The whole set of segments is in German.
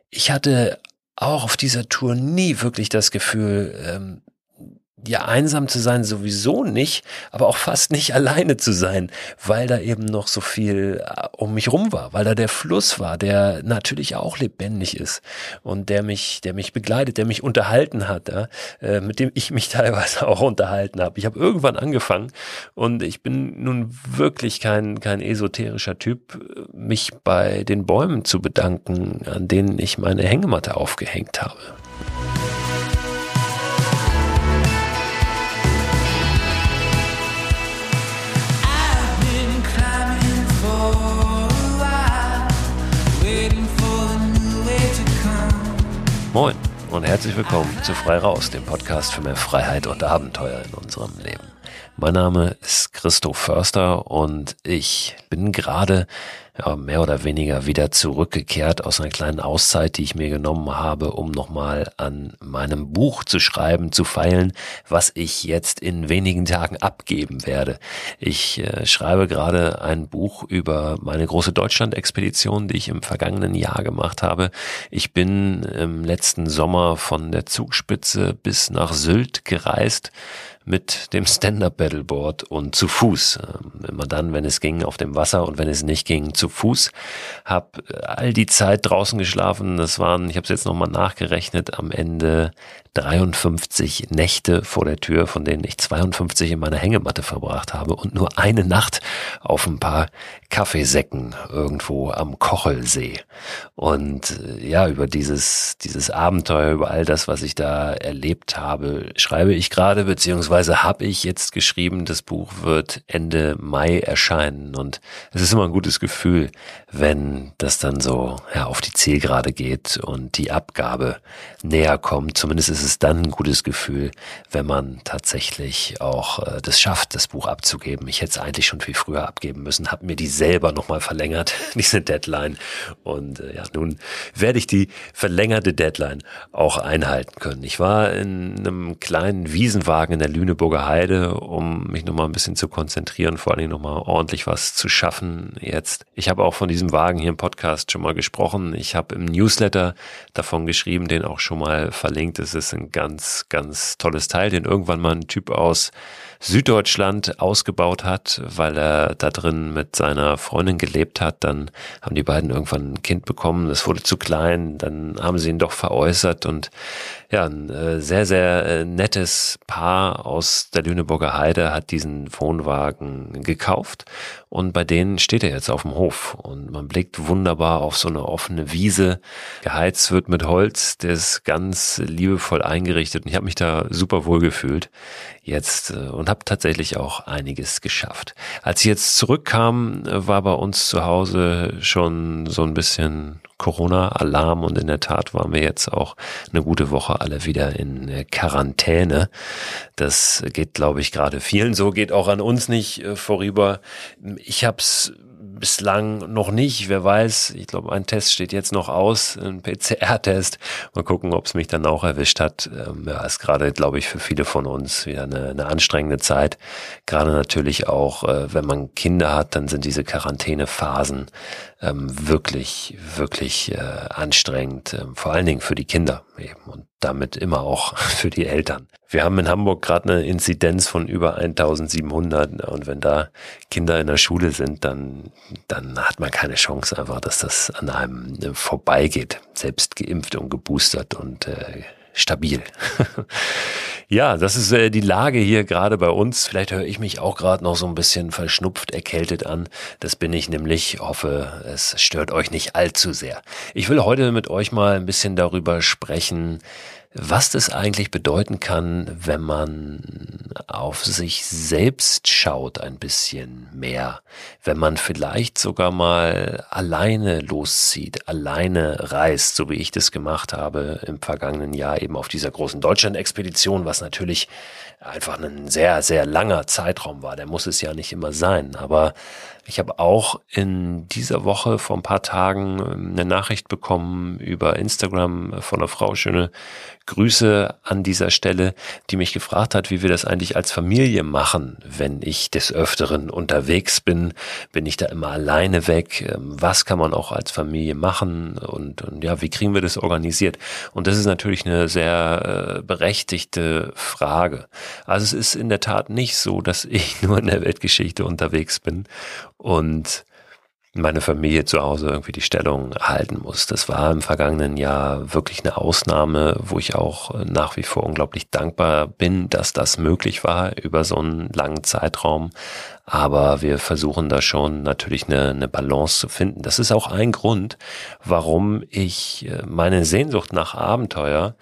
Ich hatte auch auf dieser Tour nie wirklich das Gefühl, einsam zu sein sowieso nicht, aber auch fast nicht alleine zu sein, weil da eben noch so viel um mich rum war, weil da der Fluss war, der natürlich auch lebendig ist und der mich begleitet, der mich unterhalten hat, mit dem ich mich teilweise auch unterhalten habe. Ich habe irgendwann angefangen und ich bin nun wirklich kein esoterischer Typ, mich bei den Bäumen zu bedanken, an denen ich meine Hängematte aufgehängt habe. Moin und herzlich willkommen zu Frei Raus, dem Podcast für mehr Freiheit und Abenteuer in unserem Leben. Mein Name ist Christoph Förster und ich bin gerade mehr oder weniger wieder zurückgekehrt aus einer kleinen Auszeit, die ich mir genommen habe, um nochmal an meinem Buch zu schreiben, zu feilen, was ich jetzt in wenigen Tagen abgeben werde. Ich schreibe gerade ein Buch über meine große Deutschland-Expedition, die ich im vergangenen Jahr gemacht habe. Ich bin im letzten Sommer von der Zugspitze bis nach Sylt gereist, mit dem Stand-Up-Paddleboard und zu Fuß. Immer dann, wenn es ging, auf dem Wasser und wenn es nicht ging, zu Fuß. Hab all die Zeit draußen geschlafen. Das waren, ich habe es jetzt nochmal nachgerechnet, am Ende 53 Nächte vor der Tür, von denen ich 52 in meiner Hängematte verbracht habe und nur eine Nacht auf ein paar Kaffeesäcken irgendwo am Kochelsee. Und über dieses Abenteuer, über all das, was ich da erlebt habe, schreibe ich gerade, beziehungsweise habe ich jetzt geschrieben. Das Buch wird Ende Mai erscheinen und es ist immer ein gutes Gefühl, wenn das dann so auf die Zielgerade geht und die Abgabe näher kommt. Zumindest ist es dann ein gutes Gefühl, wenn man tatsächlich auch das schafft, das Buch abzugeben. Ich hätte es eigentlich schon viel früher abgeben müssen, habe mir die selber nochmal verlängert, diese Deadline. Und nun werde ich die verlängerte Deadline auch einhalten können. Ich war in einem kleinen Wiesenwagen in der Lüneburger Heide, um mich nochmal ein bisschen zu konzentrieren, vor allem nochmal ordentlich was zu schaffen jetzt. Ich habe auch von diesem Wagen hier im Podcast schon mal gesprochen. Ich habe im Newsletter davon geschrieben, den auch schon mal verlinkt. Es ist ein ganz, ganz tolles Teil, den irgendwann mal ein Typ aus Süddeutschland ausgebaut hat, weil er da drin mit seiner Freundin gelebt hat. Dann haben die beiden irgendwann ein Kind bekommen, das wurde zu klein, dann haben sie ihn doch veräußert und ein sehr, sehr nettes Paar aus der Lüneburger Heide hat diesen Wohnwagen gekauft und bei denen steht er jetzt auf dem Hof und man blickt wunderbar auf so eine offene Wiese, geheizt wird mit Holz, der ist ganz liebevoll eingerichtet und ich habe mich da super wohl gefühlt jetzt und habe tatsächlich auch einiges geschafft. Als ich jetzt zurückkam, war bei uns zu Hause schon so ein bisschen Corona-Alarm und in der Tat waren wir jetzt auch eine gute Woche alle wieder in Quarantäne. Das geht, glaube ich, gerade vielen so, geht auch an uns nicht vorüber. Ich habe es bislang noch nicht, wer weiß, ich glaube, ein Test steht jetzt noch aus, ein PCR-Test. Mal gucken, ob es mich dann auch erwischt hat. Ist gerade, glaube ich, für viele von uns wieder eine anstrengende Zeit. Gerade natürlich auch, wenn man Kinder hat, dann sind diese Quarantänephasen wirklich, wirklich anstrengend, vor allen Dingen für die Kinder eben und damit immer auch für die Eltern. Wir haben in Hamburg gerade eine Inzidenz von über 1700 und wenn da Kinder in der Schule sind, dann hat man keine Chance einfach, dass das an einem vorbeigeht, selbst geimpft und geboostert und stabil. Ja, das ist die Lage hier gerade bei uns. Vielleicht höre ich mich auch gerade noch so ein bisschen verschnupft, erkältet an. Das bin ich nämlich. Hoffe, es stört euch nicht allzu sehr. Ich will heute mit euch mal ein bisschen darüber sprechen, was das eigentlich bedeuten kann, wenn man auf sich selbst schaut ein bisschen mehr, wenn man vielleicht sogar mal alleine loszieht, alleine reist, so wie ich das gemacht habe im vergangenen Jahr eben auf dieser großen Deutschland-Expedition, was natürlich einfach ein sehr, sehr langer Zeitraum war, der muss es ja nicht immer sein, aber Ich habe auch in dieser Woche vor ein paar Tagen eine Nachricht bekommen über Instagram von einer Frau, schöne Grüße an dieser Stelle, die mich gefragt hat, wie wir das eigentlich als Familie machen, wenn ich des Öfteren unterwegs bin. Bin ich da immer alleine weg? Was kann man auch als Familie machen? Und ja, wie kriegen wir das organisiert? Und das ist natürlich eine sehr berechtigte Frage. Also es ist in der Tat nicht so, dass ich nur in der Weltgeschichte unterwegs bin und meine Familie zu Hause irgendwie die Stellung halten muss. Das war im vergangenen Jahr wirklich eine Ausnahme, wo ich auch nach wie vor unglaublich dankbar bin, dass das möglich war über so einen langen Zeitraum. Aber wir versuchen da schon natürlich eine Balance zu finden. Das ist auch ein Grund, warum ich meine Sehnsucht nach Abenteuer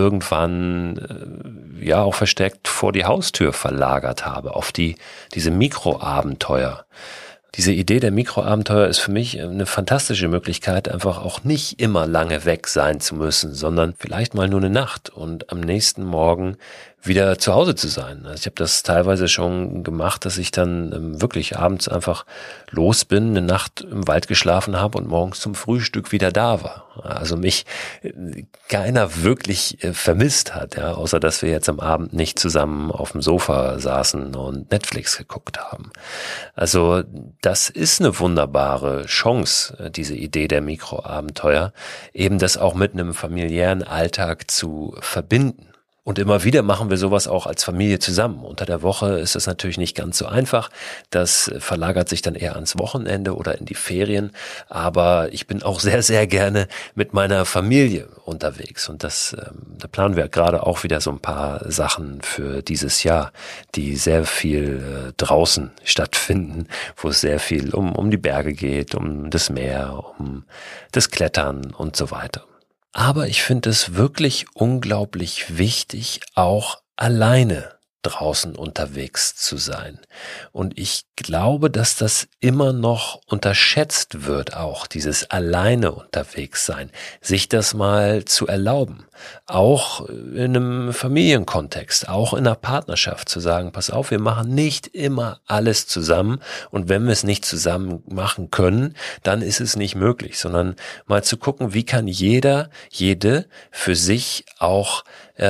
irgendwann ja auch verstärkt vor die Haustür verlagert habe, auf diese Mikroabenteuer. Diese Idee der Mikroabenteuer ist für mich eine fantastische Möglichkeit, einfach auch nicht immer lange weg sein zu müssen, sondern vielleicht mal nur eine Nacht und am nächsten Morgen wieder zu Hause zu sein. Also ich habe das teilweise schon gemacht, dass ich dann wirklich abends einfach los bin, eine Nacht im Wald geschlafen habe und morgens zum Frühstück wieder da war. Also mich keiner wirklich vermisst hat, ja, außer dass wir jetzt am Abend nicht zusammen auf dem Sofa saßen und Netflix geguckt haben. Also das ist eine wunderbare Chance, diese Idee der Mikroabenteuer, eben das auch mit einem familiären Alltag zu verbinden. Und immer wieder machen wir sowas auch als Familie zusammen. Unter der Woche ist es natürlich nicht ganz so einfach. Das verlagert sich dann eher ans Wochenende oder in die Ferien. Aber ich bin auch sehr, sehr gerne mit meiner Familie unterwegs. Und da planen wir gerade auch wieder so ein paar Sachen für dieses Jahr, die sehr viel draußen stattfinden, wo es sehr viel um die Berge geht, um das Meer, um das Klettern und so weiter. Aber ich finde es wirklich unglaublich wichtig, auch alleine draußen unterwegs zu sein. Und ich glaube, dass das immer noch unterschätzt wird, auch dieses alleine unterwegs sein, sich das mal zu erlauben. Auch in einem Familienkontext, auch in einer Partnerschaft zu sagen, pass auf, wir machen nicht immer alles zusammen und wenn wir es nicht zusammen machen können, dann ist es nicht möglich, sondern mal zu gucken, wie kann jede für sich auch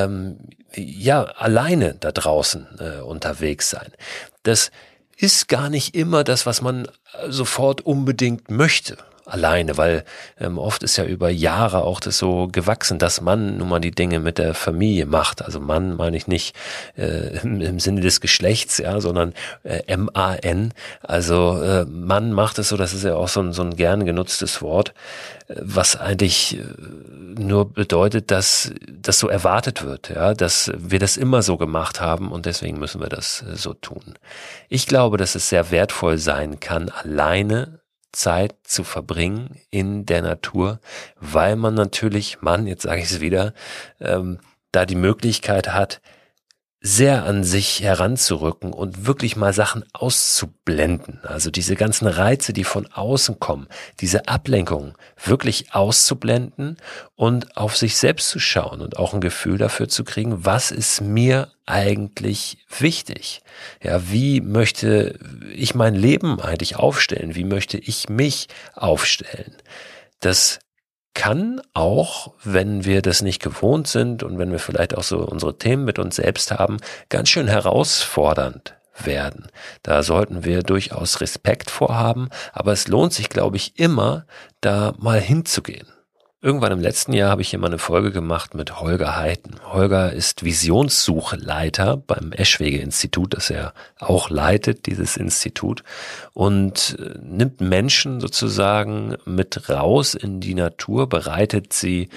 alleine da draußen unterwegs sein. Das ist gar nicht immer das, was man sofort unbedingt möchte. Alleine, weil oft ist ja über Jahre auch das so gewachsen, dass man nun mal die Dinge mit der Familie macht. Also Mann meine ich nicht im Sinne des Geschlechts, ja, sondern M-A-N. Also Mann macht es so, das ist ja auch so ein gern genutztes Wort, was eigentlich nur bedeutet, dass das so erwartet wird, ja, dass wir das immer so gemacht haben und deswegen müssen wir das so tun. Ich glaube, dass es sehr wertvoll sein kann, alleine Zeit zu verbringen in der Natur, weil man natürlich, jetzt sage ich es wieder, da die Möglichkeit hat, sehr an sich heranzurücken und wirklich mal Sachen auszublenden. Also diese ganzen Reize, die von außen kommen, diese Ablenkung wirklich auszublenden und auf sich selbst zu schauen und auch ein Gefühl dafür zu kriegen, was ist mir eigentlich wichtig? Ja, wie möchte ich mein Leben eigentlich aufstellen? Wie möchte ich mich aufstellen? Das kann auch, wenn wir das nicht gewohnt sind und wenn wir vielleicht auch so unsere Themen mit uns selbst haben, ganz schön herausfordernd werden. Da sollten wir durchaus Respekt vorhaben, aber es lohnt sich, glaube ich, immer, da mal hinzugehen. Irgendwann im letzten Jahr habe ich hier mal eine Folge gemacht mit Holger Heiten. Holger ist Visionssuchleiter beim Eschwege-Institut, das er auch leitet, dieses Institut, und nimmt Menschen sozusagen mit raus in die Natur, bereitet sie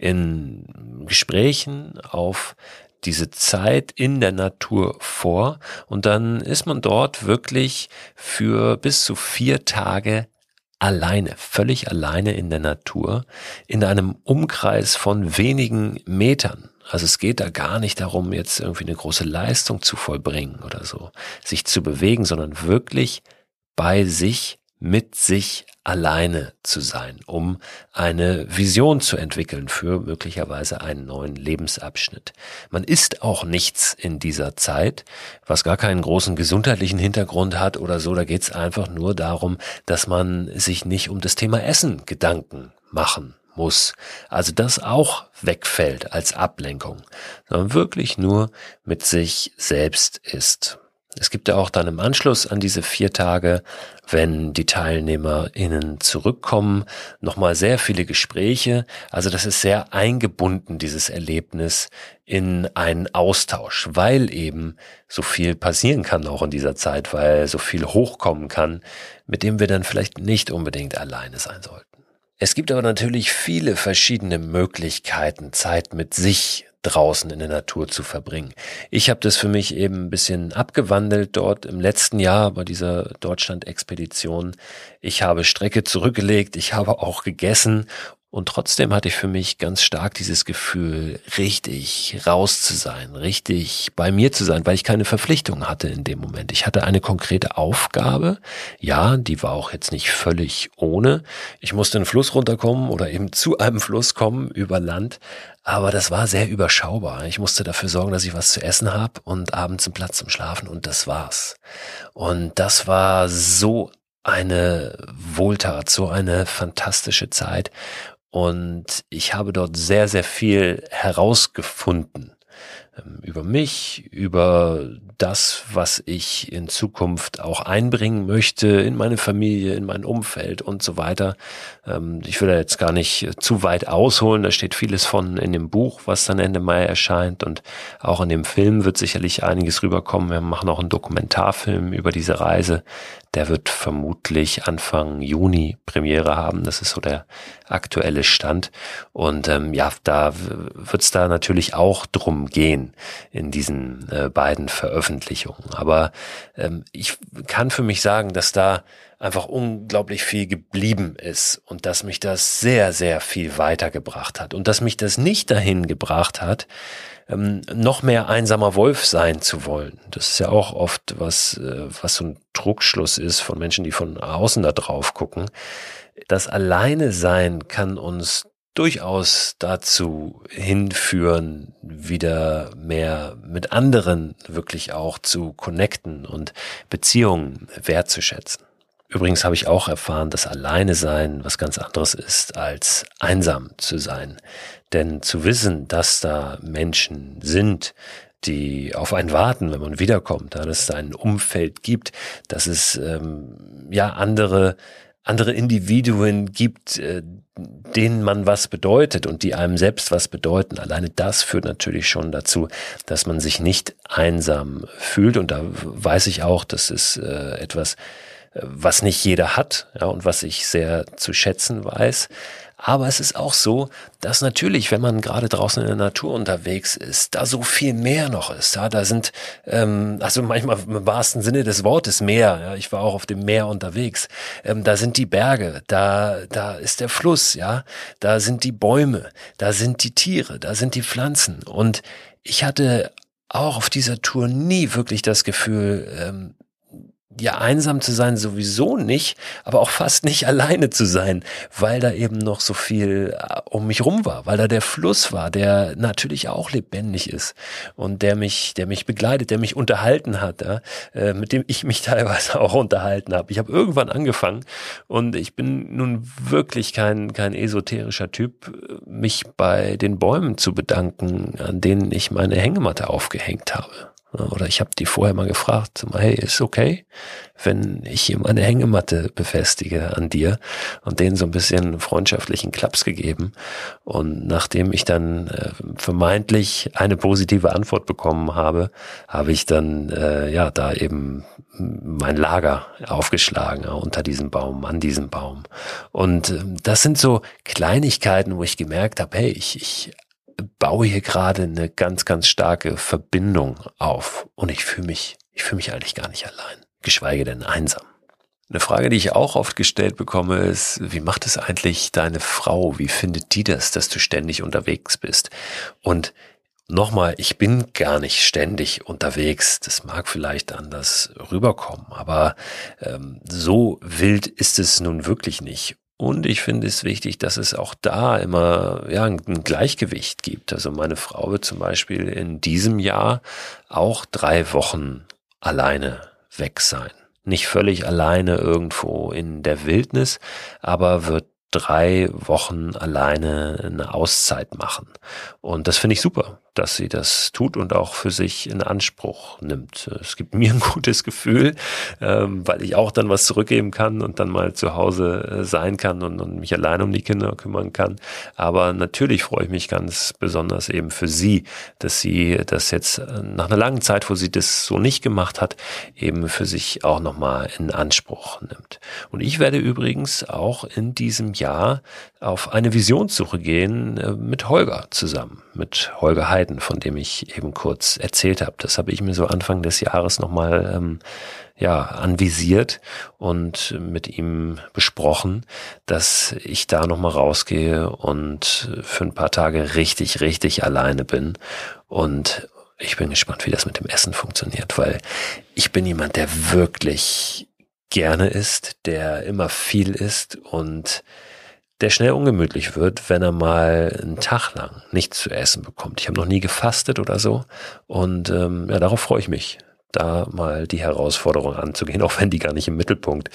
in Gesprächen auf diese Zeit in der Natur vor und dann ist man dort wirklich für bis zu 4 Tage alleine, völlig alleine in der Natur, in einem Umkreis von wenigen Metern. Also es geht da gar nicht darum, jetzt irgendwie eine große Leistung zu vollbringen oder so, sich zu bewegen, sondern wirklich bei sich mit sich alleine zu sein, um eine Vision zu entwickeln für möglicherweise einen neuen Lebensabschnitt. Man isst auch nichts in dieser Zeit, was gar keinen großen gesundheitlichen Hintergrund hat oder so. Da geht es einfach nur darum, dass man sich nicht um das Thema Essen Gedanken machen muss. Also das auch wegfällt als Ablenkung, sondern wirklich nur mit sich selbst ist. Es gibt ja auch dann im Anschluss an diese 4 Tage, wenn die TeilnehmerInnen zurückkommen, nochmal sehr viele Gespräche. Also das ist sehr eingebunden, dieses Erlebnis, in einen Austausch, weil eben so viel passieren kann auch in dieser Zeit, weil so viel hochkommen kann, mit dem wir dann vielleicht nicht unbedingt alleine sein sollten. Es gibt aber natürlich viele verschiedene Möglichkeiten, Zeit mit sich draußen in der Natur zu verbringen. Ich habe das für mich eben ein bisschen abgewandelt dort im letzten Jahr bei dieser Deutschland-Expedition. Ich habe Strecke zurückgelegt, ich habe auch gegessen und trotzdem hatte ich für mich ganz stark dieses Gefühl, richtig raus zu sein, richtig bei mir zu sein, weil ich keine Verpflichtung hatte in dem Moment. Ich hatte eine konkrete Aufgabe, ja, die war auch jetzt nicht völlig ohne. Ich musste einen Fluss runterkommen oder eben zu einem Fluss kommen über Land, aber das war sehr überschaubar. Ich musste dafür sorgen, dass ich was zu essen habe und abends einen Platz zum Schlafen und das war's. Und das war so eine Wohltat, so eine fantastische Zeit. Und ich habe dort sehr, sehr viel herausgefunden über mich, über das, was ich in Zukunft auch einbringen möchte in meine Familie, in mein Umfeld und so weiter. Ich will da jetzt gar nicht zu weit ausholen, da steht vieles von in dem Buch, was dann Ende Mai erscheint und auch in dem Film wird sicherlich einiges rüberkommen. Wir machen auch einen Dokumentarfilm über diese Reise, der wird vermutlich Anfang Juni Premiere haben, das ist so der aktuelle Stand und da wird's da natürlich auch drum gehen in diesen beiden Veröffentlichungen. Aber ich kann für mich sagen, dass da einfach unglaublich viel geblieben ist und dass mich das sehr, sehr viel weitergebracht hat und dass mich das nicht dahin gebracht hat, noch mehr einsamer Wolf sein zu wollen. Das ist ja auch oft was so ein Trugschluss ist von Menschen, die von außen da drauf gucken. Das Alleine sein kann uns durchaus dazu hinführen, wieder mehr mit anderen wirklich auch zu connecten und Beziehungen wertzuschätzen. Übrigens habe ich auch erfahren, dass Alleine sein was ganz anderes ist, als einsam zu sein. Denn zu wissen, dass da Menschen sind, die auf einen warten, wenn man wiederkommt, dass es da ein Umfeld gibt, dass es andere Individuen gibt, denen man was bedeutet und die einem selbst was bedeuten. Alleine das führt natürlich schon dazu, dass man sich nicht einsam fühlt. Und da weiß ich auch, das ist etwas, was nicht jeder hat, ja, und was ich sehr zu schätzen weiß. Aber es ist auch so, dass natürlich, wenn man gerade draußen in der Natur unterwegs ist, da so viel mehr noch ist. Ja, da sind, also manchmal im wahrsten Sinne des Wortes Meer. Ja, ich war auch auf dem Meer unterwegs. Da sind die Berge, da ist der Fluss, ja, da sind die Bäume, da sind die Tiere, da sind die Pflanzen. Und ich hatte auch auf dieser Tour nie wirklich das Gefühl, einsam zu sein sowieso nicht, aber auch fast nicht alleine zu sein, weil da eben noch so viel um mich rum war, weil da der Fluss war, der natürlich auch lebendig ist und der mich begleitet, der mich unterhalten hat, ja, mit dem ich mich teilweise auch unterhalten habe. Ich habe irgendwann angefangen und ich bin nun wirklich kein esoterischer Typ, mich bei den Bäumen zu bedanken, an denen ich meine Hängematte aufgehängt habe. Oder ich habe die vorher mal gefragt, hey, ist okay, wenn ich hier meine Hängematte befestige an dir und denen so ein bisschen freundschaftlichen Klaps gegeben. Und nachdem ich dann vermeintlich eine positive Antwort bekommen habe, habe ich dann da eben mein Lager aufgeschlagen, unter diesem Baum, an diesem Baum. Und das sind so Kleinigkeiten, wo ich gemerkt habe, hey, ich baue hier gerade eine ganz, ganz starke Verbindung auf und ich fühle mich eigentlich gar nicht allein, geschweige denn einsam. Eine Frage, die ich auch oft gestellt bekomme, ist, wie macht es eigentlich deine Frau? Wie findet die das, dass du ständig unterwegs bist? Und Nochmal, ich bin gar nicht ständig unterwegs. Das mag vielleicht anders rüberkommen, aber so wild ist es nun wirklich nicht. Und ich finde es wichtig, dass es auch da immer ein Gleichgewicht gibt. Also meine Frau wird zum Beispiel in diesem Jahr auch 3 Wochen alleine weg sein. Nicht völlig alleine irgendwo in der Wildnis, aber wird 3 Wochen alleine eine Auszeit machen. Und das finde ich super, dass sie das tut und auch für sich in Anspruch nimmt. Es gibt mir ein gutes Gefühl, weil ich auch dann was zurückgeben kann und dann mal zu Hause sein kann und mich allein um die Kinder kümmern kann. Aber natürlich freue ich mich ganz besonders eben für sie, dass sie das jetzt nach einer langen Zeit, wo sie das so nicht gemacht hat, eben für sich auch nochmal in Anspruch nimmt. Und ich werde übrigens auch in diesem Jahr auf eine Visionssuche gehen mit Holger zusammen, mit Holger Heiden, von dem ich eben kurz erzählt habe. Das habe ich mir so Anfang des Jahres nochmal anvisiert und mit ihm besprochen, dass ich da nochmal rausgehe und für ein paar Tage richtig, richtig alleine bin. Und ich bin gespannt, wie das mit dem Essen funktioniert, weil ich bin jemand, der wirklich gerne isst, der immer viel isst und der schnell ungemütlich wird, wenn er mal einen Tag lang nichts zu essen bekommt. Ich habe noch nie gefastet oder so und darauf freue ich mich, da mal die Herausforderung anzugehen, auch wenn die gar nicht im Mittelpunkt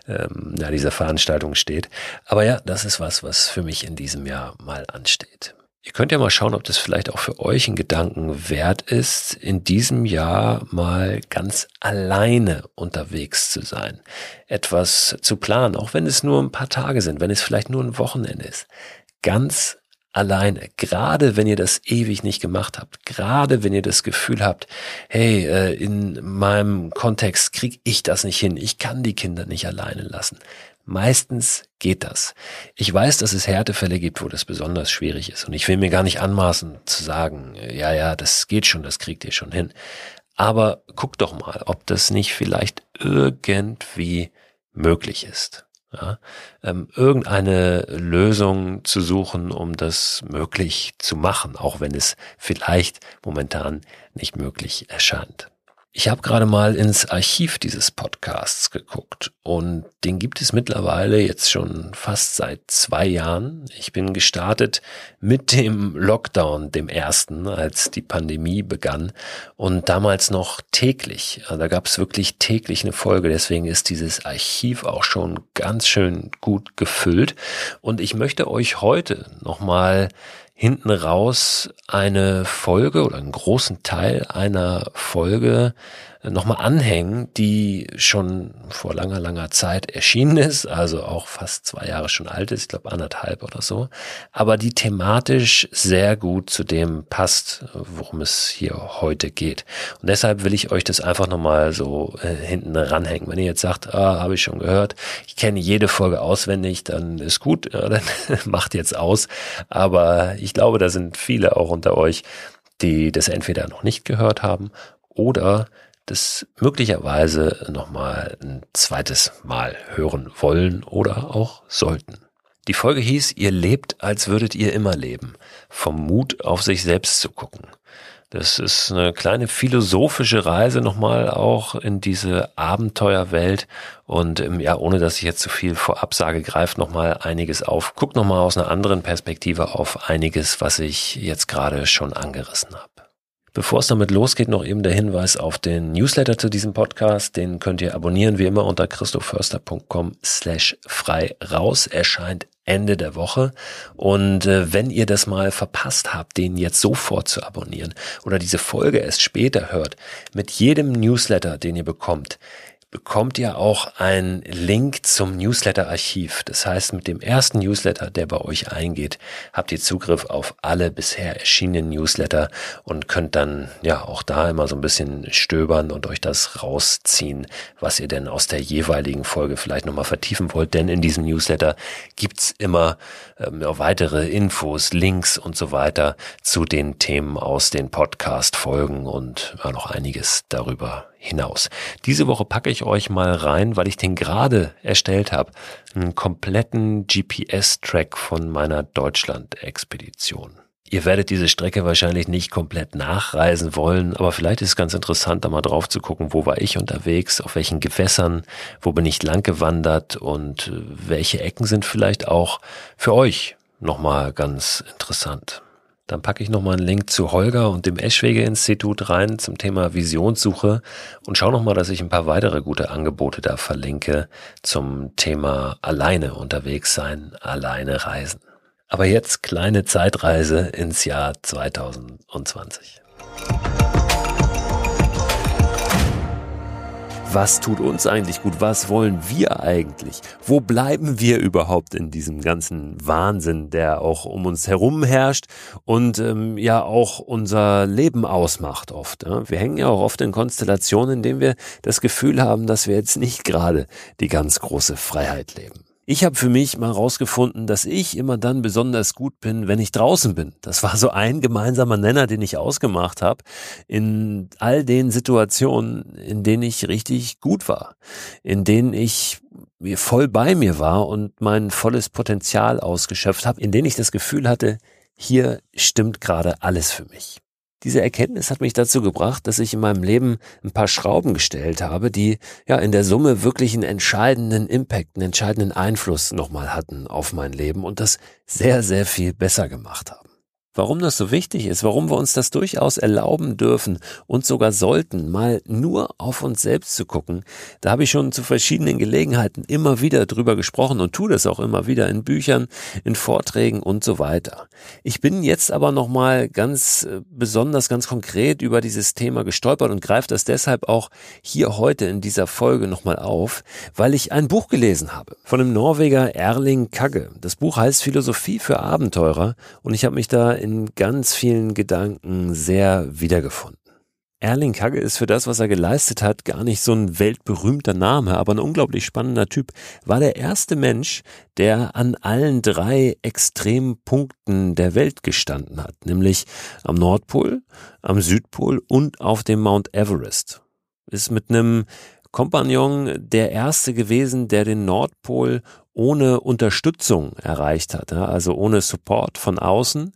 dieser Veranstaltung steht. Aber ja, das ist was für mich in diesem Jahr mal ansteht. Ihr könnt ja mal schauen, ob das vielleicht auch für euch ein Gedanken wert ist, in diesem Jahr mal ganz alleine unterwegs zu sein, etwas zu planen, auch wenn es nur ein paar Tage sind, wenn es vielleicht nur ein Wochenende ist. Ganz alleine, gerade wenn ihr das ewig nicht gemacht habt, gerade wenn ihr das Gefühl habt, hey, in meinem Kontext kriege ich das nicht hin, ich kann die Kinder nicht alleine lassen. Meistens geht das. Ich weiß, dass es Härtefälle gibt, wo das besonders schwierig ist. Und ich will mir gar nicht anmaßen zu sagen, ja, das geht schon, das kriegt ihr schon hin. Aber guckt doch mal, ob das nicht vielleicht irgendwie möglich ist. Ja? Irgendeine Lösung zu suchen, um das möglich zu machen, auch wenn es vielleicht momentan nicht möglich erscheint. Ich habe gerade mal ins Archiv dieses Podcasts geguckt und den gibt es mittlerweile jetzt schon fast seit 2 Jahren. Ich bin gestartet mit dem Lockdown, dem ersten, als die Pandemie begann und damals noch täglich. Da gab es wirklich täglich eine Folge, deswegen ist dieses Archiv auch schon ganz schön gut gefüllt. Und ich möchte euch heute nochmal hinten raus eine Folge oder einen großen Teil einer Folge nochmal anhängen, die schon vor langer, langer Zeit erschienen ist, also auch fast 2 Jahre schon alt ist, ich glaube 1,5 oder so, aber die thematisch sehr gut zu dem passt, worum es hier heute geht. Und deshalb will ich euch das einfach nochmal so hinten ranhängen. Wenn ihr jetzt sagt, habe ich schon gehört, ich kenne jede Folge auswendig, dann ist gut, ja, dann macht jetzt aus. Aber ich glaube, da sind viele auch unter euch, die das entweder noch nicht gehört haben oder das möglicherweise nochmal ein zweites Mal hören wollen oder auch sollten. Die Folge hieß, ihr lebt, als würdet ihr immer leben. Vom Mut auf sich selbst zu gucken. Das ist eine kleine philosophische Reise nochmal auch in diese Abenteuerwelt und ohne dass ich jetzt zu viel vorab sage, greift nochmal einiges auf. Guckt nochmal aus einer anderen Perspektive auf einiges, was ich jetzt gerade schon angerissen habe. Bevor es damit losgeht, noch eben der Hinweis auf den Newsletter zu diesem Podcast. Den könnt ihr abonnieren, wie immer unter christoförster.com/frei raus. Erscheint Ende der Woche. Und wenn ihr das mal verpasst habt, den jetzt sofort zu abonnieren oder diese Folge erst später hört, mit jedem Newsletter, den ihr bekommt ihr auch einen Link zum Newsletter-Archiv. Das heißt, mit dem ersten Newsletter, der bei euch eingeht, habt ihr Zugriff auf alle bisher erschienenen Newsletter und könnt dann auch da immer so ein bisschen stöbern und euch das rausziehen, was ihr denn aus der jeweiligen Folge vielleicht nochmal vertiefen wollt. Denn in diesem Newsletter gibt's immer weitere Infos, Links und so weiter zu den Themen aus den Podcast-Folgen und noch einiges darüber hinaus. Diese Woche packe ich euch mal rein, weil ich den gerade erstellt habe, einen kompletten GPS-Track von meiner Deutschland-Expedition. Ihr werdet diese Strecke wahrscheinlich nicht komplett nachreisen wollen, aber vielleicht ist es ganz interessant, da mal drauf zu gucken, wo war ich unterwegs, auf welchen Gewässern, wo bin ich lang gewandert und welche Ecken sind vielleicht auch für euch nochmal ganz interessant. Dann packe ich nochmal einen Link zu Holger und dem Eschwege-Institut rein zum Thema Visionssuche und schau nochmal, dass ich ein paar weitere gute Angebote da verlinke zum Thema alleine unterwegs sein, alleine reisen. Aber jetzt kleine Zeitreise ins Jahr 2020. Was tut uns eigentlich gut? Was wollen wir eigentlich? Wo bleiben wir überhaupt in diesem ganzen Wahnsinn, der auch um uns herum herrscht und auch unser Leben ausmacht oft? Ja? Wir hängen ja auch oft in Konstellationen, in denen wir das Gefühl haben, dass wir jetzt nicht gerade die ganz große Freiheit leben. Ich habe für mich mal rausgefunden, dass ich immer dann besonders gut bin, wenn ich draußen bin. Das war so ein gemeinsamer Nenner, den ich ausgemacht habe in all den Situationen, in denen ich richtig gut war, in denen ich voll bei mir war und mein volles Potenzial ausgeschöpft habe, in denen ich das Gefühl hatte, hier stimmt gerade alles für mich. Diese Erkenntnis hat mich dazu gebracht, dass ich in meinem Leben ein paar Schrauben gestellt habe, die ja in der Summe wirklich einen entscheidenden Impact, einen entscheidenden Einfluss nochmal hatten auf mein Leben und das sehr, sehr viel besser gemacht haben. Warum das so wichtig ist, warum wir uns das durchaus erlauben dürfen und sogar sollten, mal nur auf uns selbst zu gucken, da habe ich schon zu verschiedenen Gelegenheiten immer wieder drüber gesprochen und tue das auch immer wieder in Büchern, in Vorträgen und so weiter. Ich bin jetzt aber nochmal ganz besonders, ganz konkret über dieses Thema gestolpert und greife das deshalb auch hier heute in dieser Folge nochmal auf, weil ich ein Buch gelesen habe von dem Norweger Erling Kagge. Das Buch heißt Philosophie für Abenteurer und ich habe mich da in ganz vielen Gedanken sehr wiedergefunden. Erling Kagge ist für das, was er geleistet hat, gar nicht so ein weltberühmter Name, aber ein unglaublich spannender Typ. War der erste Mensch, der an allen 3 Extrempunkten der Welt gestanden hat, nämlich am Nordpol, am Südpol und auf dem Mount Everest. Ist mit einem Kompagnon der erste gewesen, der den Nordpol ohne Unterstützung erreicht hat, also ohne Support von außen,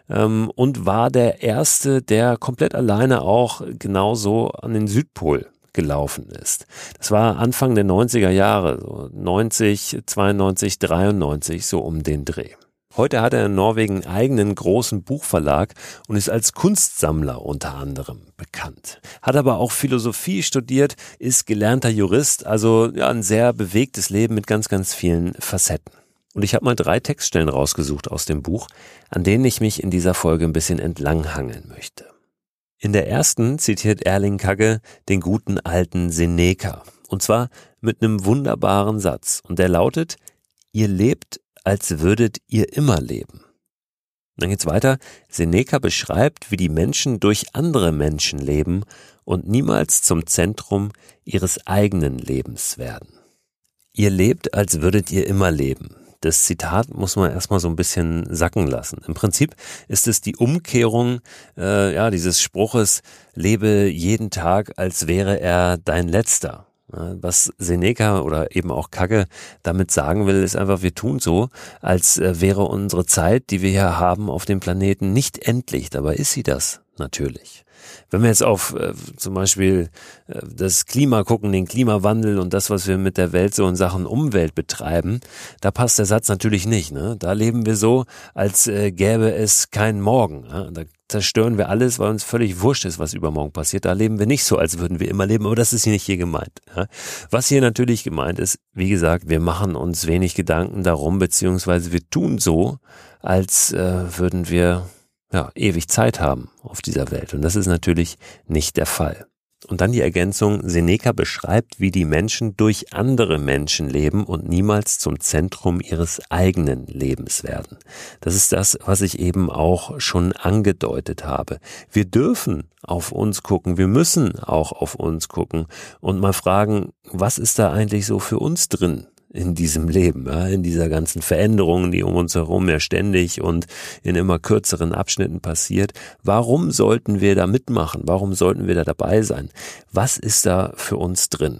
und war der erste, der komplett alleine auch genauso an den Südpol gelaufen ist. Das war Anfang der 90er Jahre, so 90, 92, 93, so um den Dreh. Heute hat er in Norwegen einen eigenen großen Buchverlag und ist als Kunstsammler unter anderem bekannt. Hat aber auch Philosophie studiert, ist gelernter Jurist, also ja, ein sehr bewegtes Leben mit ganz, ganz vielen Facetten. Und ich habe mal 3 Textstellen rausgesucht aus dem Buch, an denen ich mich in dieser Folge ein bisschen entlanghangeln möchte. In der ersten zitiert Erling Kagge den guten alten Seneca. Und zwar mit einem wunderbaren Satz. Und der lautet: Ihr lebt, als würdet ihr immer leben. Dann geht's weiter. Seneca beschreibt, wie die Menschen durch andere Menschen leben und niemals zum Zentrum ihres eigenen Lebens werden. Ihr lebt, als würdet ihr immer leben. Das Zitat muss man erstmal so ein bisschen sacken lassen. Im Prinzip ist es die Umkehrung dieses Spruches: Lebe jeden Tag, als wäre er dein letzter. Was Seneca oder eben auch Kagge damit sagen will, ist einfach, wir tun so, als wäre unsere Zeit, die wir hier haben auf dem Planeten, nicht endlich. Dabei ist sie das natürlich. Wenn wir jetzt auf zum Beispiel das Klima gucken, den Klimawandel und das, was wir mit der Welt so in Sachen Umwelt betreiben, da passt der Satz natürlich nicht. Ne? Da leben wir so, als gäbe es keinen Morgen. Ja? Da zerstören wir alles, weil uns völlig wurscht ist, was übermorgen passiert. Da leben wir nicht so, als würden wir immer leben, aber das ist hier nicht hier gemeint. Ja? Was hier natürlich gemeint ist, wie gesagt, wir machen uns wenig Gedanken darum, beziehungsweise wir tun so, als würden wir ewig Zeit haben auf dieser Welt. Und das ist natürlich nicht der Fall. Und dann die Ergänzung: Seneca beschreibt, wie die Menschen durch andere Menschen leben und niemals zum Zentrum ihres eigenen Lebens werden. Das ist das, was ich eben auch schon angedeutet habe. Wir dürfen auf uns gucken, wir müssen auch auf uns gucken und mal fragen, was ist da eigentlich so für uns drin in diesem Leben, in dieser ganzen Veränderung, die um uns herum ja ständig und in immer kürzeren Abschnitten passiert. Warum sollten wir da mitmachen? Warum sollten wir da dabei sein? Was ist da für uns drin?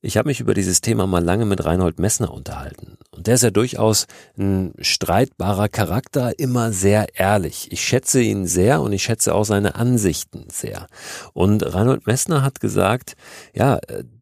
Ich habe mich über dieses Thema mal lange mit Reinhold Messner unterhalten. Und der ist ja durchaus ein streitbarer Charakter, immer sehr ehrlich. Ich schätze ihn sehr und ich schätze auch seine Ansichten sehr. Und Reinhold Messner hat gesagt, ja,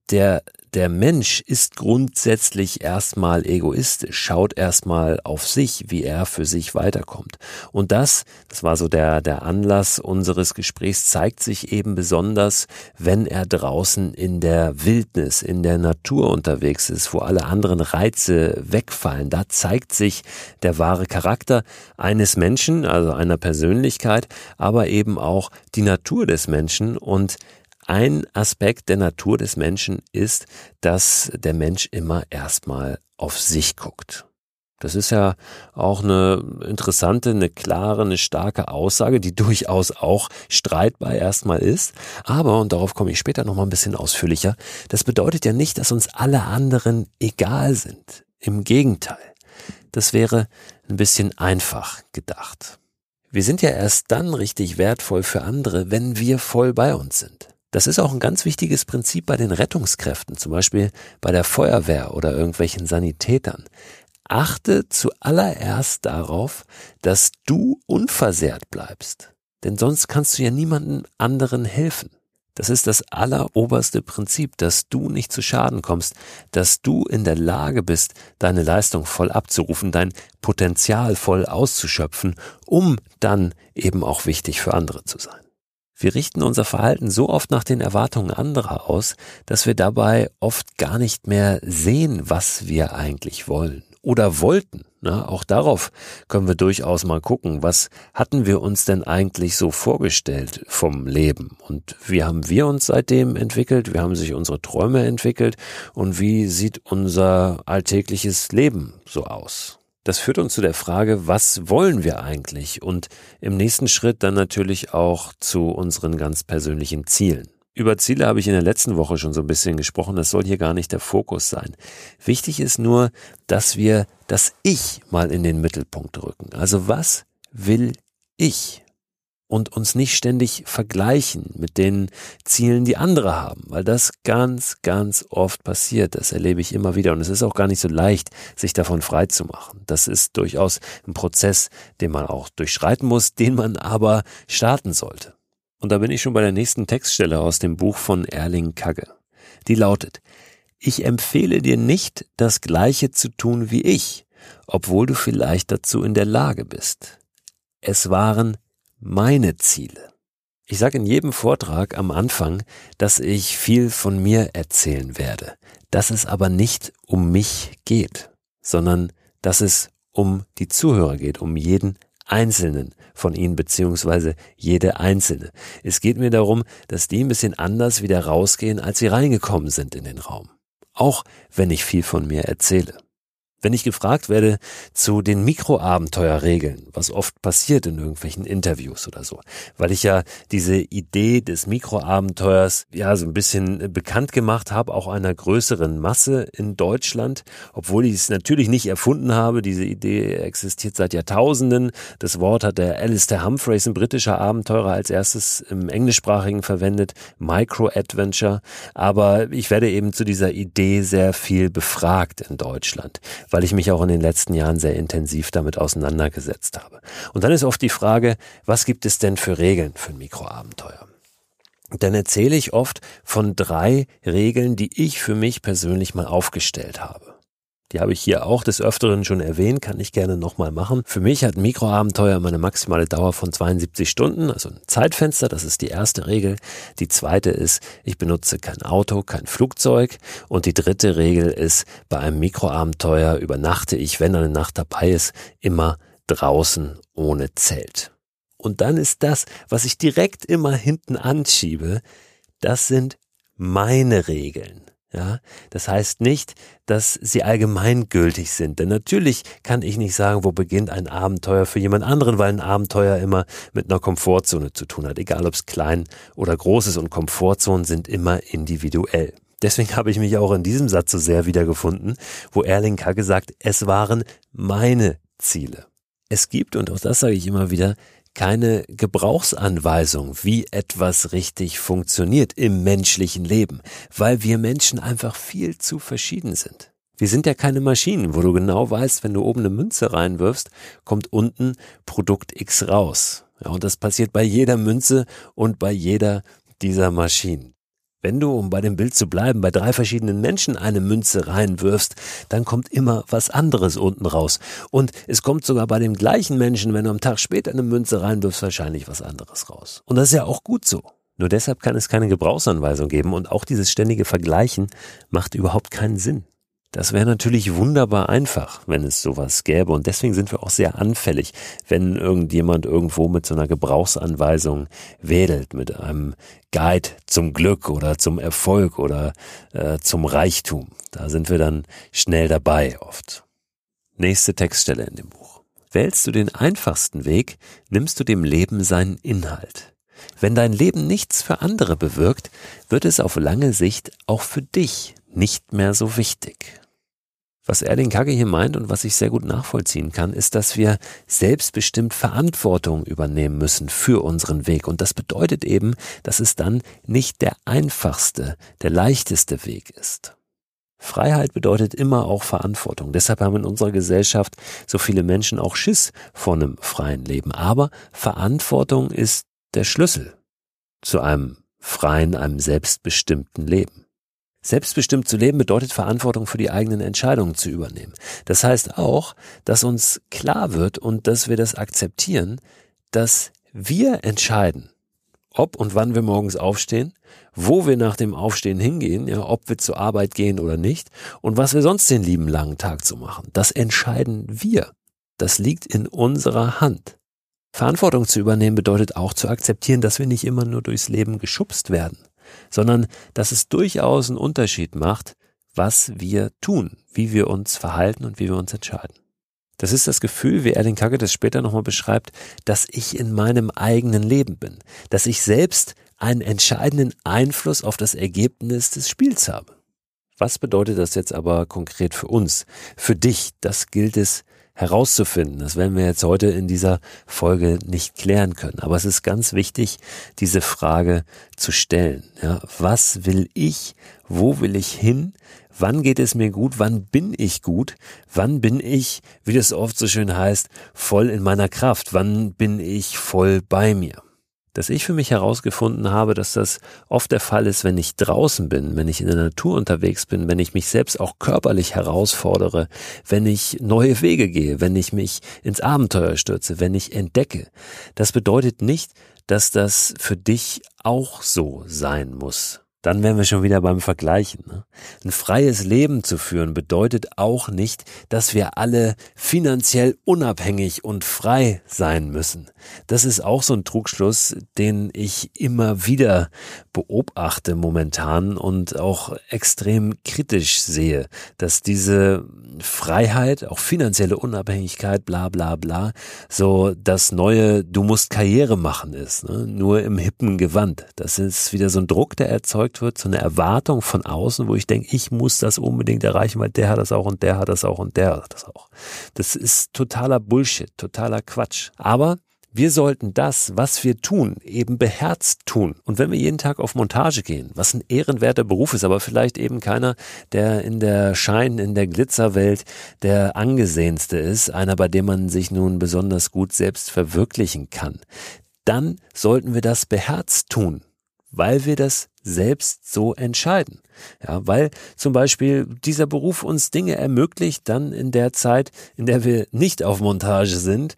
der Mensch ist grundsätzlich erstmal egoistisch, schaut erstmal auf sich, wie er für sich weiterkommt. Und das war so der Anlass unseres Gesprächs, zeigt sich eben besonders, wenn er draußen in der Wildnis, in der Natur unterwegs ist, wo alle anderen Reize wegfallen. Da zeigt sich der wahre Charakter eines Menschen, also einer Persönlichkeit, aber eben auch die Natur des Menschen. Und ein Aspekt der Natur des Menschen ist, dass der Mensch immer erstmal auf sich guckt. Das ist ja auch eine interessante, eine klare, eine starke Aussage, die durchaus auch streitbar erstmal ist. Aber, und darauf komme ich später nochmal ein bisschen ausführlicher, das bedeutet ja nicht, dass uns alle anderen egal sind. Im Gegenteil, das wäre ein bisschen einfach gedacht. Wir sind ja erst dann richtig wertvoll für andere, wenn wir voll bei uns sind. Das ist auch ein ganz wichtiges Prinzip bei den Rettungskräften, zum Beispiel bei der Feuerwehr oder irgendwelchen Sanitätern. Achte zuallererst darauf, dass du unversehrt bleibst, denn sonst kannst du ja niemandem anderen helfen. Das ist das alleroberste Prinzip, dass du nicht zu Schaden kommst, dass du in der Lage bist, deine Leistung voll abzurufen, dein Potenzial voll auszuschöpfen, um dann eben auch wichtig für andere zu sein. Wir richten unser Verhalten so oft nach den Erwartungen anderer aus, dass wir dabei oft gar nicht mehr sehen, was wir eigentlich wollen oder wollten. Auch darauf können wir durchaus mal gucken, was hatten wir uns denn eigentlich so vorgestellt vom Leben und wie haben wir uns seitdem entwickelt, wie haben sich unsere Träume entwickelt und wie sieht unser alltägliches Leben so aus. Das führt uns zu der Frage, was wollen wir eigentlich? Und im nächsten Schritt dann natürlich auch zu unseren ganz persönlichen Zielen. Über Ziele habe ich in der letzten Woche schon so ein bisschen gesprochen, das soll hier gar nicht der Fokus sein. Wichtig ist nur, dass wir das Ich mal in den Mittelpunkt rücken. Also was will ich? Und uns nicht ständig vergleichen mit den Zielen, die andere haben, weil das ganz, ganz oft passiert. Das erlebe ich immer wieder und es ist auch gar nicht so leicht, sich davon frei zu machen. Das ist durchaus ein Prozess, den man auch durchschreiten muss, den man aber starten sollte. Und da bin ich schon bei der nächsten Textstelle aus dem Buch von Erling Kagge. Die lautet: Ich empfehle dir nicht, das Gleiche zu tun wie ich, obwohl du vielleicht dazu in der Lage bist. Es waren meine Ziele. Ich sage in jedem Vortrag am Anfang, dass ich viel von mir erzählen werde, dass es aber nicht um mich geht, sondern dass es um die Zuhörer geht, um jeden Einzelnen von ihnen beziehungsweise jede Einzelne. Es geht mir darum, dass die ein bisschen anders wieder rausgehen, als sie reingekommen sind in den Raum. Auch wenn ich viel von mir erzähle. Wenn ich gefragt werde zu den Mikroabenteuerregeln, was oft passiert in irgendwelchen Interviews oder so, weil ich ja diese Idee des Mikroabenteuers ja so ein bisschen bekannt gemacht habe, auch einer größeren Masse in Deutschland, obwohl ich es natürlich nicht erfunden habe. Diese Idee existiert seit Jahrtausenden. Das Wort hat der Alistair Humphreys, ein britischer Abenteurer, als erstes im Englischsprachigen verwendet, Micro-Adventure. Aber ich werde eben zu dieser Idee sehr viel befragt in Deutschland, weil ich mich auch in den letzten Jahren sehr intensiv damit auseinandergesetzt habe. Und dann ist oft die Frage, was gibt es denn für Regeln für ein Mikroabenteuer? Und dann erzähle ich oft von 3 Regeln, die ich für mich persönlich mal aufgestellt habe. Die habe ich hier auch des Öfteren schon erwähnt, kann ich gerne nochmal machen. Für mich hat ein Mikroabenteuer immer eine maximale Dauer von 72 Stunden, also ein Zeitfenster, das ist die erste Regel. Die zweite ist, ich benutze kein Auto, kein Flugzeug. Und die dritte Regel ist, bei einem Mikroabenteuer übernachte ich, wenn eine Nacht dabei ist, immer draußen ohne Zelt. Und dann ist das, was ich direkt immer hinten anschiebe, das sind meine Regeln. Ja, das heißt nicht, dass sie allgemeingültig sind, denn natürlich kann ich nicht sagen, wo beginnt ein Abenteuer für jemand anderen, weil ein Abenteuer immer mit einer Komfortzone zu tun hat, egal ob es klein oder groß ist, und Komfortzonen sind immer individuell. Deswegen habe ich mich auch in diesem Satz so sehr wiedergefunden, wo Erling Kagge sagt, es waren meine Ziele. Es gibt, und auch das sage ich immer wieder, keine Gebrauchsanweisung, wie etwas richtig funktioniert im menschlichen Leben, weil wir Menschen einfach viel zu verschieden sind. Wir sind ja keine Maschinen, wo du genau weißt, wenn du oben eine Münze reinwirfst, kommt unten Produkt X raus. Ja, und das passiert bei jeder Münze und bei jeder dieser Maschinen. Wenn du, um bei dem Bild zu bleiben, bei 3 verschiedenen Menschen eine Münze reinwirfst, dann kommt immer was anderes unten raus. Und es kommt sogar bei dem gleichen Menschen, wenn du am Tag später eine Münze reinwirfst, wahrscheinlich was anderes raus. Und das ist ja auch gut so. Nur deshalb kann es keine Gebrauchsanweisung geben und auch dieses ständige Vergleichen macht überhaupt keinen Sinn. Das wäre natürlich wunderbar einfach, wenn es sowas gäbe und deswegen sind wir auch sehr anfällig, wenn irgendjemand irgendwo mit so einer Gebrauchsanweisung wedelt, mit einem Guide zum Glück oder zum Erfolg oder zum Reichtum. Da sind wir dann schnell dabei oft. Nächste Textstelle in dem Buch. Wählst du den einfachsten Weg, nimmst du dem Leben seinen Inhalt. Wenn dein Leben nichts für andere bewirkt, wird es auf lange Sicht auch für dich nicht mehr so wichtig. Was Erling Kagge hier meint und was ich sehr gut nachvollziehen kann, ist, dass wir selbstbestimmt Verantwortung übernehmen müssen für unseren Weg. Und das bedeutet eben, dass es dann nicht der einfachste, der leichteste Weg ist. Freiheit bedeutet immer auch Verantwortung. Deshalb haben in unserer Gesellschaft so viele Menschen auch Schiss vor einem freien Leben. Aber Verantwortung ist der Schlüssel zu einem freien, einem selbstbestimmten Leben. Selbstbestimmt zu leben bedeutet Verantwortung für die eigenen Entscheidungen zu übernehmen. Das heißt auch, dass uns klar wird und dass wir das akzeptieren, dass wir entscheiden, ob und wann wir morgens aufstehen, wo wir nach dem Aufstehen hingehen, ja, ob wir zur Arbeit gehen oder nicht und was wir sonst den lieben langen Tag zu machen. Das entscheiden wir. Das liegt in unserer Hand. Verantwortung zu übernehmen bedeutet auch zu akzeptieren, dass wir nicht immer nur durchs Leben geschubst werden, sondern dass es durchaus einen Unterschied macht, was wir tun, wie wir uns verhalten und wie wir uns entscheiden. Das ist das Gefühl, wie Erling Kagge das später nochmal beschreibt, dass ich in meinem eigenen Leben bin, dass ich selbst einen entscheidenden Einfluss auf das Ergebnis des Spiels habe. Was bedeutet das jetzt aber konkret für uns, für dich? Das gilt es herauszufinden. Das werden wir jetzt heute in dieser Folge nicht klären können. Aber es ist ganz wichtig, diese Frage zu stellen. Ja, was will ich? Wo will ich hin? Wann geht es mir gut? Wann bin ich gut? Wann bin ich, wie das oft so schön heißt, voll in meiner Kraft? Wann bin ich voll bei mir? Dass ich für mich herausgefunden habe, dass das oft der Fall ist, wenn ich draußen bin, wenn ich in der Natur unterwegs bin, wenn ich mich selbst auch körperlich herausfordere, wenn ich neue Wege gehe, wenn ich mich ins Abenteuer stürze, wenn ich entdecke. Das bedeutet nicht, dass das für dich auch so sein muss. Dann wären wir schon wieder beim Vergleichen. Ne? Ein freies Leben zu führen bedeutet auch nicht, dass wir alle finanziell unabhängig und frei sein müssen. Das ist auch so ein Trugschluss, den ich immer wieder beobachte momentan und auch extrem kritisch sehe, dass diese Freiheit, auch finanzielle Unabhängigkeit, bla bla bla, so das neue Du musst Karriere machen ist, ne? Nur im hippen Gewand. Das ist wieder so ein Druck, der erzeugt wird, so eine Erwartung von außen, wo ich denke, ich muss das unbedingt erreichen, weil der hat das auch und der hat das auch und der hat das auch. Das ist totaler Bullshit, totaler Quatsch. Aber wir sollten das, was wir tun, eben beherzt tun. Und wenn wir jeden Tag auf Montage gehen, was ein ehrenwerter Beruf ist, aber vielleicht eben keiner, der in der in der Glitzerwelt der angesehenste ist, einer, bei dem man sich nun besonders gut selbst verwirklichen kann, dann sollten wir das beherzt tun, weil wir das selbst so entscheiden. Ja, weil zum Beispiel dieser Beruf uns Dinge ermöglicht, dann in der Zeit, in der wir nicht auf Montage sind,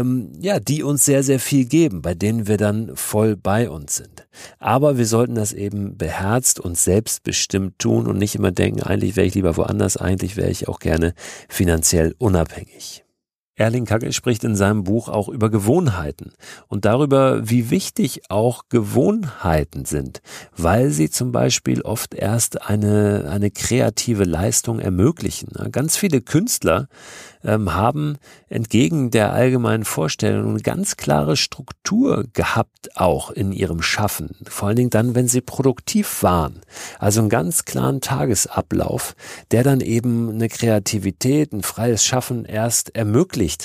die uns sehr, sehr viel geben, bei denen wir dann voll bei uns sind. Aber wir sollten das eben beherzt und selbstbestimmt tun und nicht immer denken, eigentlich wäre ich lieber woanders, eigentlich wäre ich auch gerne finanziell unabhängig. Erling Kagge spricht in seinem Buch auch über Gewohnheiten und darüber, wie wichtig auch Gewohnheiten sind, weil sie zum Beispiel oft erst eine kreative Leistung ermöglichen. Ganz viele Künstler haben entgegen der allgemeinen Vorstellung eine ganz klare Struktur gehabt, auch in ihrem Schaffen. Vor allen Dingen dann, wenn sie produktiv waren. Also einen ganz klaren Tagesablauf, der dann eben eine Kreativität, ein freies Schaffen erst ermöglicht hat.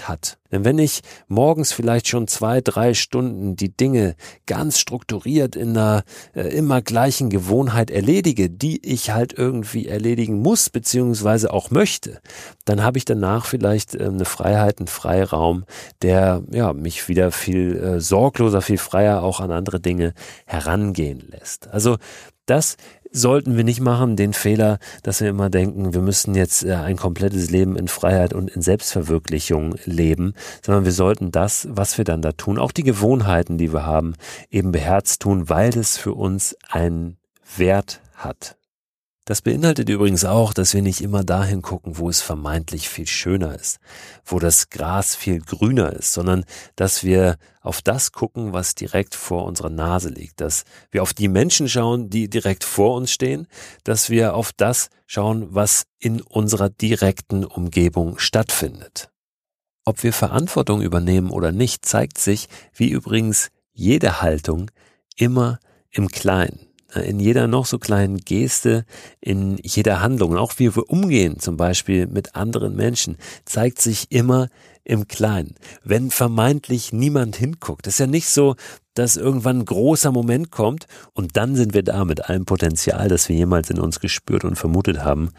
Denn wenn ich morgens vielleicht schon 2-3 Stunden die Dinge ganz strukturiert in einer immer gleichen Gewohnheit erledige, die ich halt irgendwie erledigen muss beziehungsweise auch möchte, dann habe ich danach vielleicht eine Freiheit, einen Freiraum, der mich wieder viel sorgloser, viel freier auch an andere Dinge herangehen lässt. Also das sollten wir nicht machen, den Fehler, dass wir immer denken, wir müssen jetzt ein komplettes Leben in Freiheit und in Selbstverwirklichung leben, sondern wir sollten das, was wir dann da tun, auch die Gewohnheiten, die wir haben, eben beherzt tun, weil es für uns einen Wert hat. Das beinhaltet übrigens auch, dass wir nicht immer dahin gucken, wo es vermeintlich viel schöner ist, wo das Gras viel grüner ist, sondern dass wir auf das gucken, was direkt vor unserer Nase liegt, dass wir auf die Menschen schauen, die direkt vor uns stehen, dass wir auf das schauen, was in unserer direkten Umgebung stattfindet. Ob wir Verantwortung übernehmen oder nicht, zeigt sich, wie übrigens jede Haltung, immer im Kleinen. In jeder noch so kleinen Geste, in jeder Handlung, und auch wie wir umgehen, zum Beispiel mit anderen Menschen, zeigt sich immer im Kleinen. Wenn vermeintlich niemand hinguckt, ist ja nicht so, dass irgendwann ein großer Moment kommt und dann sind wir da mit allem Potenzial, das wir jemals in uns gespürt und vermutet haben.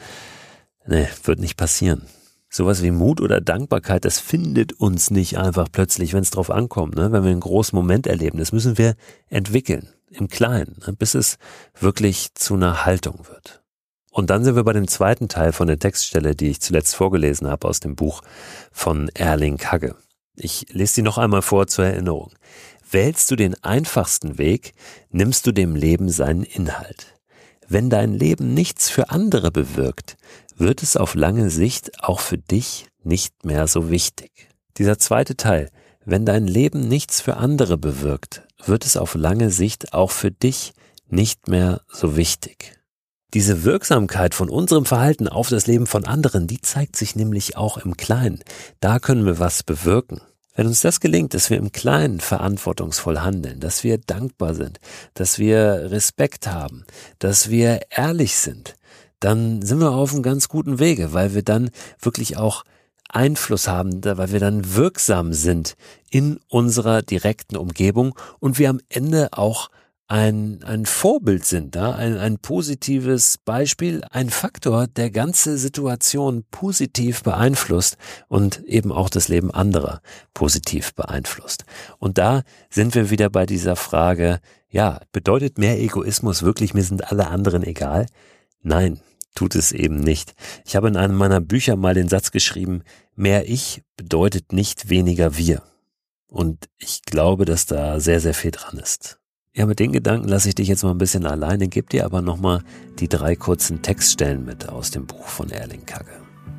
Nee, wird nicht passieren. Sowas wie Mut oder Dankbarkeit, das findet uns nicht einfach plötzlich, wenn es drauf ankommt, ne? Wenn wir einen großen Moment erleben. Das müssen wir entwickeln. Im Kleinen, bis es wirklich zu einer Haltung wird. Und dann sind wir bei dem zweiten Teil von der Textstelle, die ich zuletzt vorgelesen habe aus dem Buch von Erling Kagge. Ich lese sie noch einmal vor zur Erinnerung. Wählst du den einfachsten Weg, nimmst du dem Leben seinen Inhalt. Wenn dein Leben nichts für andere bewirkt, wird es auf lange Sicht auch für dich nicht mehr so wichtig. Dieser zweite Teil, wenn dein Leben nichts für andere bewirkt, wird es auf lange Sicht auch für dich nicht mehr so wichtig. Diese Wirksamkeit von unserem Verhalten auf das Leben von anderen, die zeigt sich nämlich auch im Kleinen. Da können wir was bewirken. Wenn uns das gelingt, dass wir im Kleinen verantwortungsvoll handeln, dass wir dankbar sind, dass wir Respekt haben, dass wir ehrlich sind, dann sind wir auf einem ganz guten Wege, weil wir dann wirklich auch Einfluss haben, weil wir dann wirksam sind in unserer direkten Umgebung und wir am Ende auch ein Vorbild sind, ein positives Beispiel, ein Faktor, der ganze Situation positiv beeinflusst und eben auch das Leben anderer positiv beeinflusst. Und da sind wir wieder bei dieser Frage, bedeutet mehr Egoismus wirklich, mir sind alle anderen egal? Nein. Tut es eben nicht. Ich habe in einem meiner Bücher mal den Satz geschrieben, mehr Ich bedeutet nicht weniger wir. Und ich glaube, dass da sehr, sehr viel dran ist. Ja, mit den Gedanken lasse ich dich jetzt mal ein bisschen alleine, gebe dir aber nochmal die 3 kurzen Textstellen mit aus dem Buch von Erling Kagge.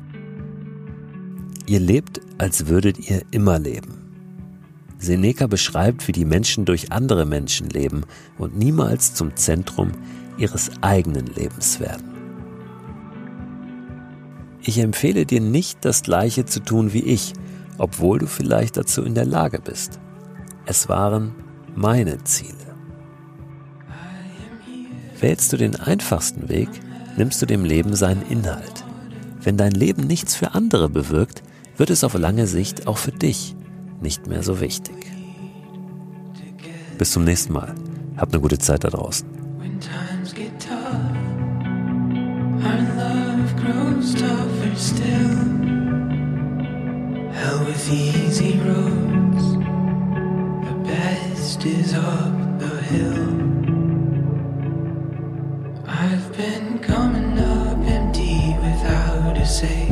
Ihr lebt, als würdet ihr immer leben. Seneca beschreibt, wie die Menschen durch andere Menschen leben und niemals zum Zentrum ihres eigenen Lebens werden. Ich empfehle dir nicht, das Gleiche zu tun wie ich, obwohl du vielleicht dazu in der Lage bist. Es waren meine Ziele. Wählst du den einfachsten Weg, nimmst du dem Leben seinen Inhalt. Wenn dein Leben nichts für andere bewirkt, wird es auf lange Sicht auch für dich nicht mehr so wichtig. Bis zum nächsten Mal. Hab eine gute Zeit da draußen. Tougher still, hell with easy roads, the best is up the hill. I've been coming up empty without a say.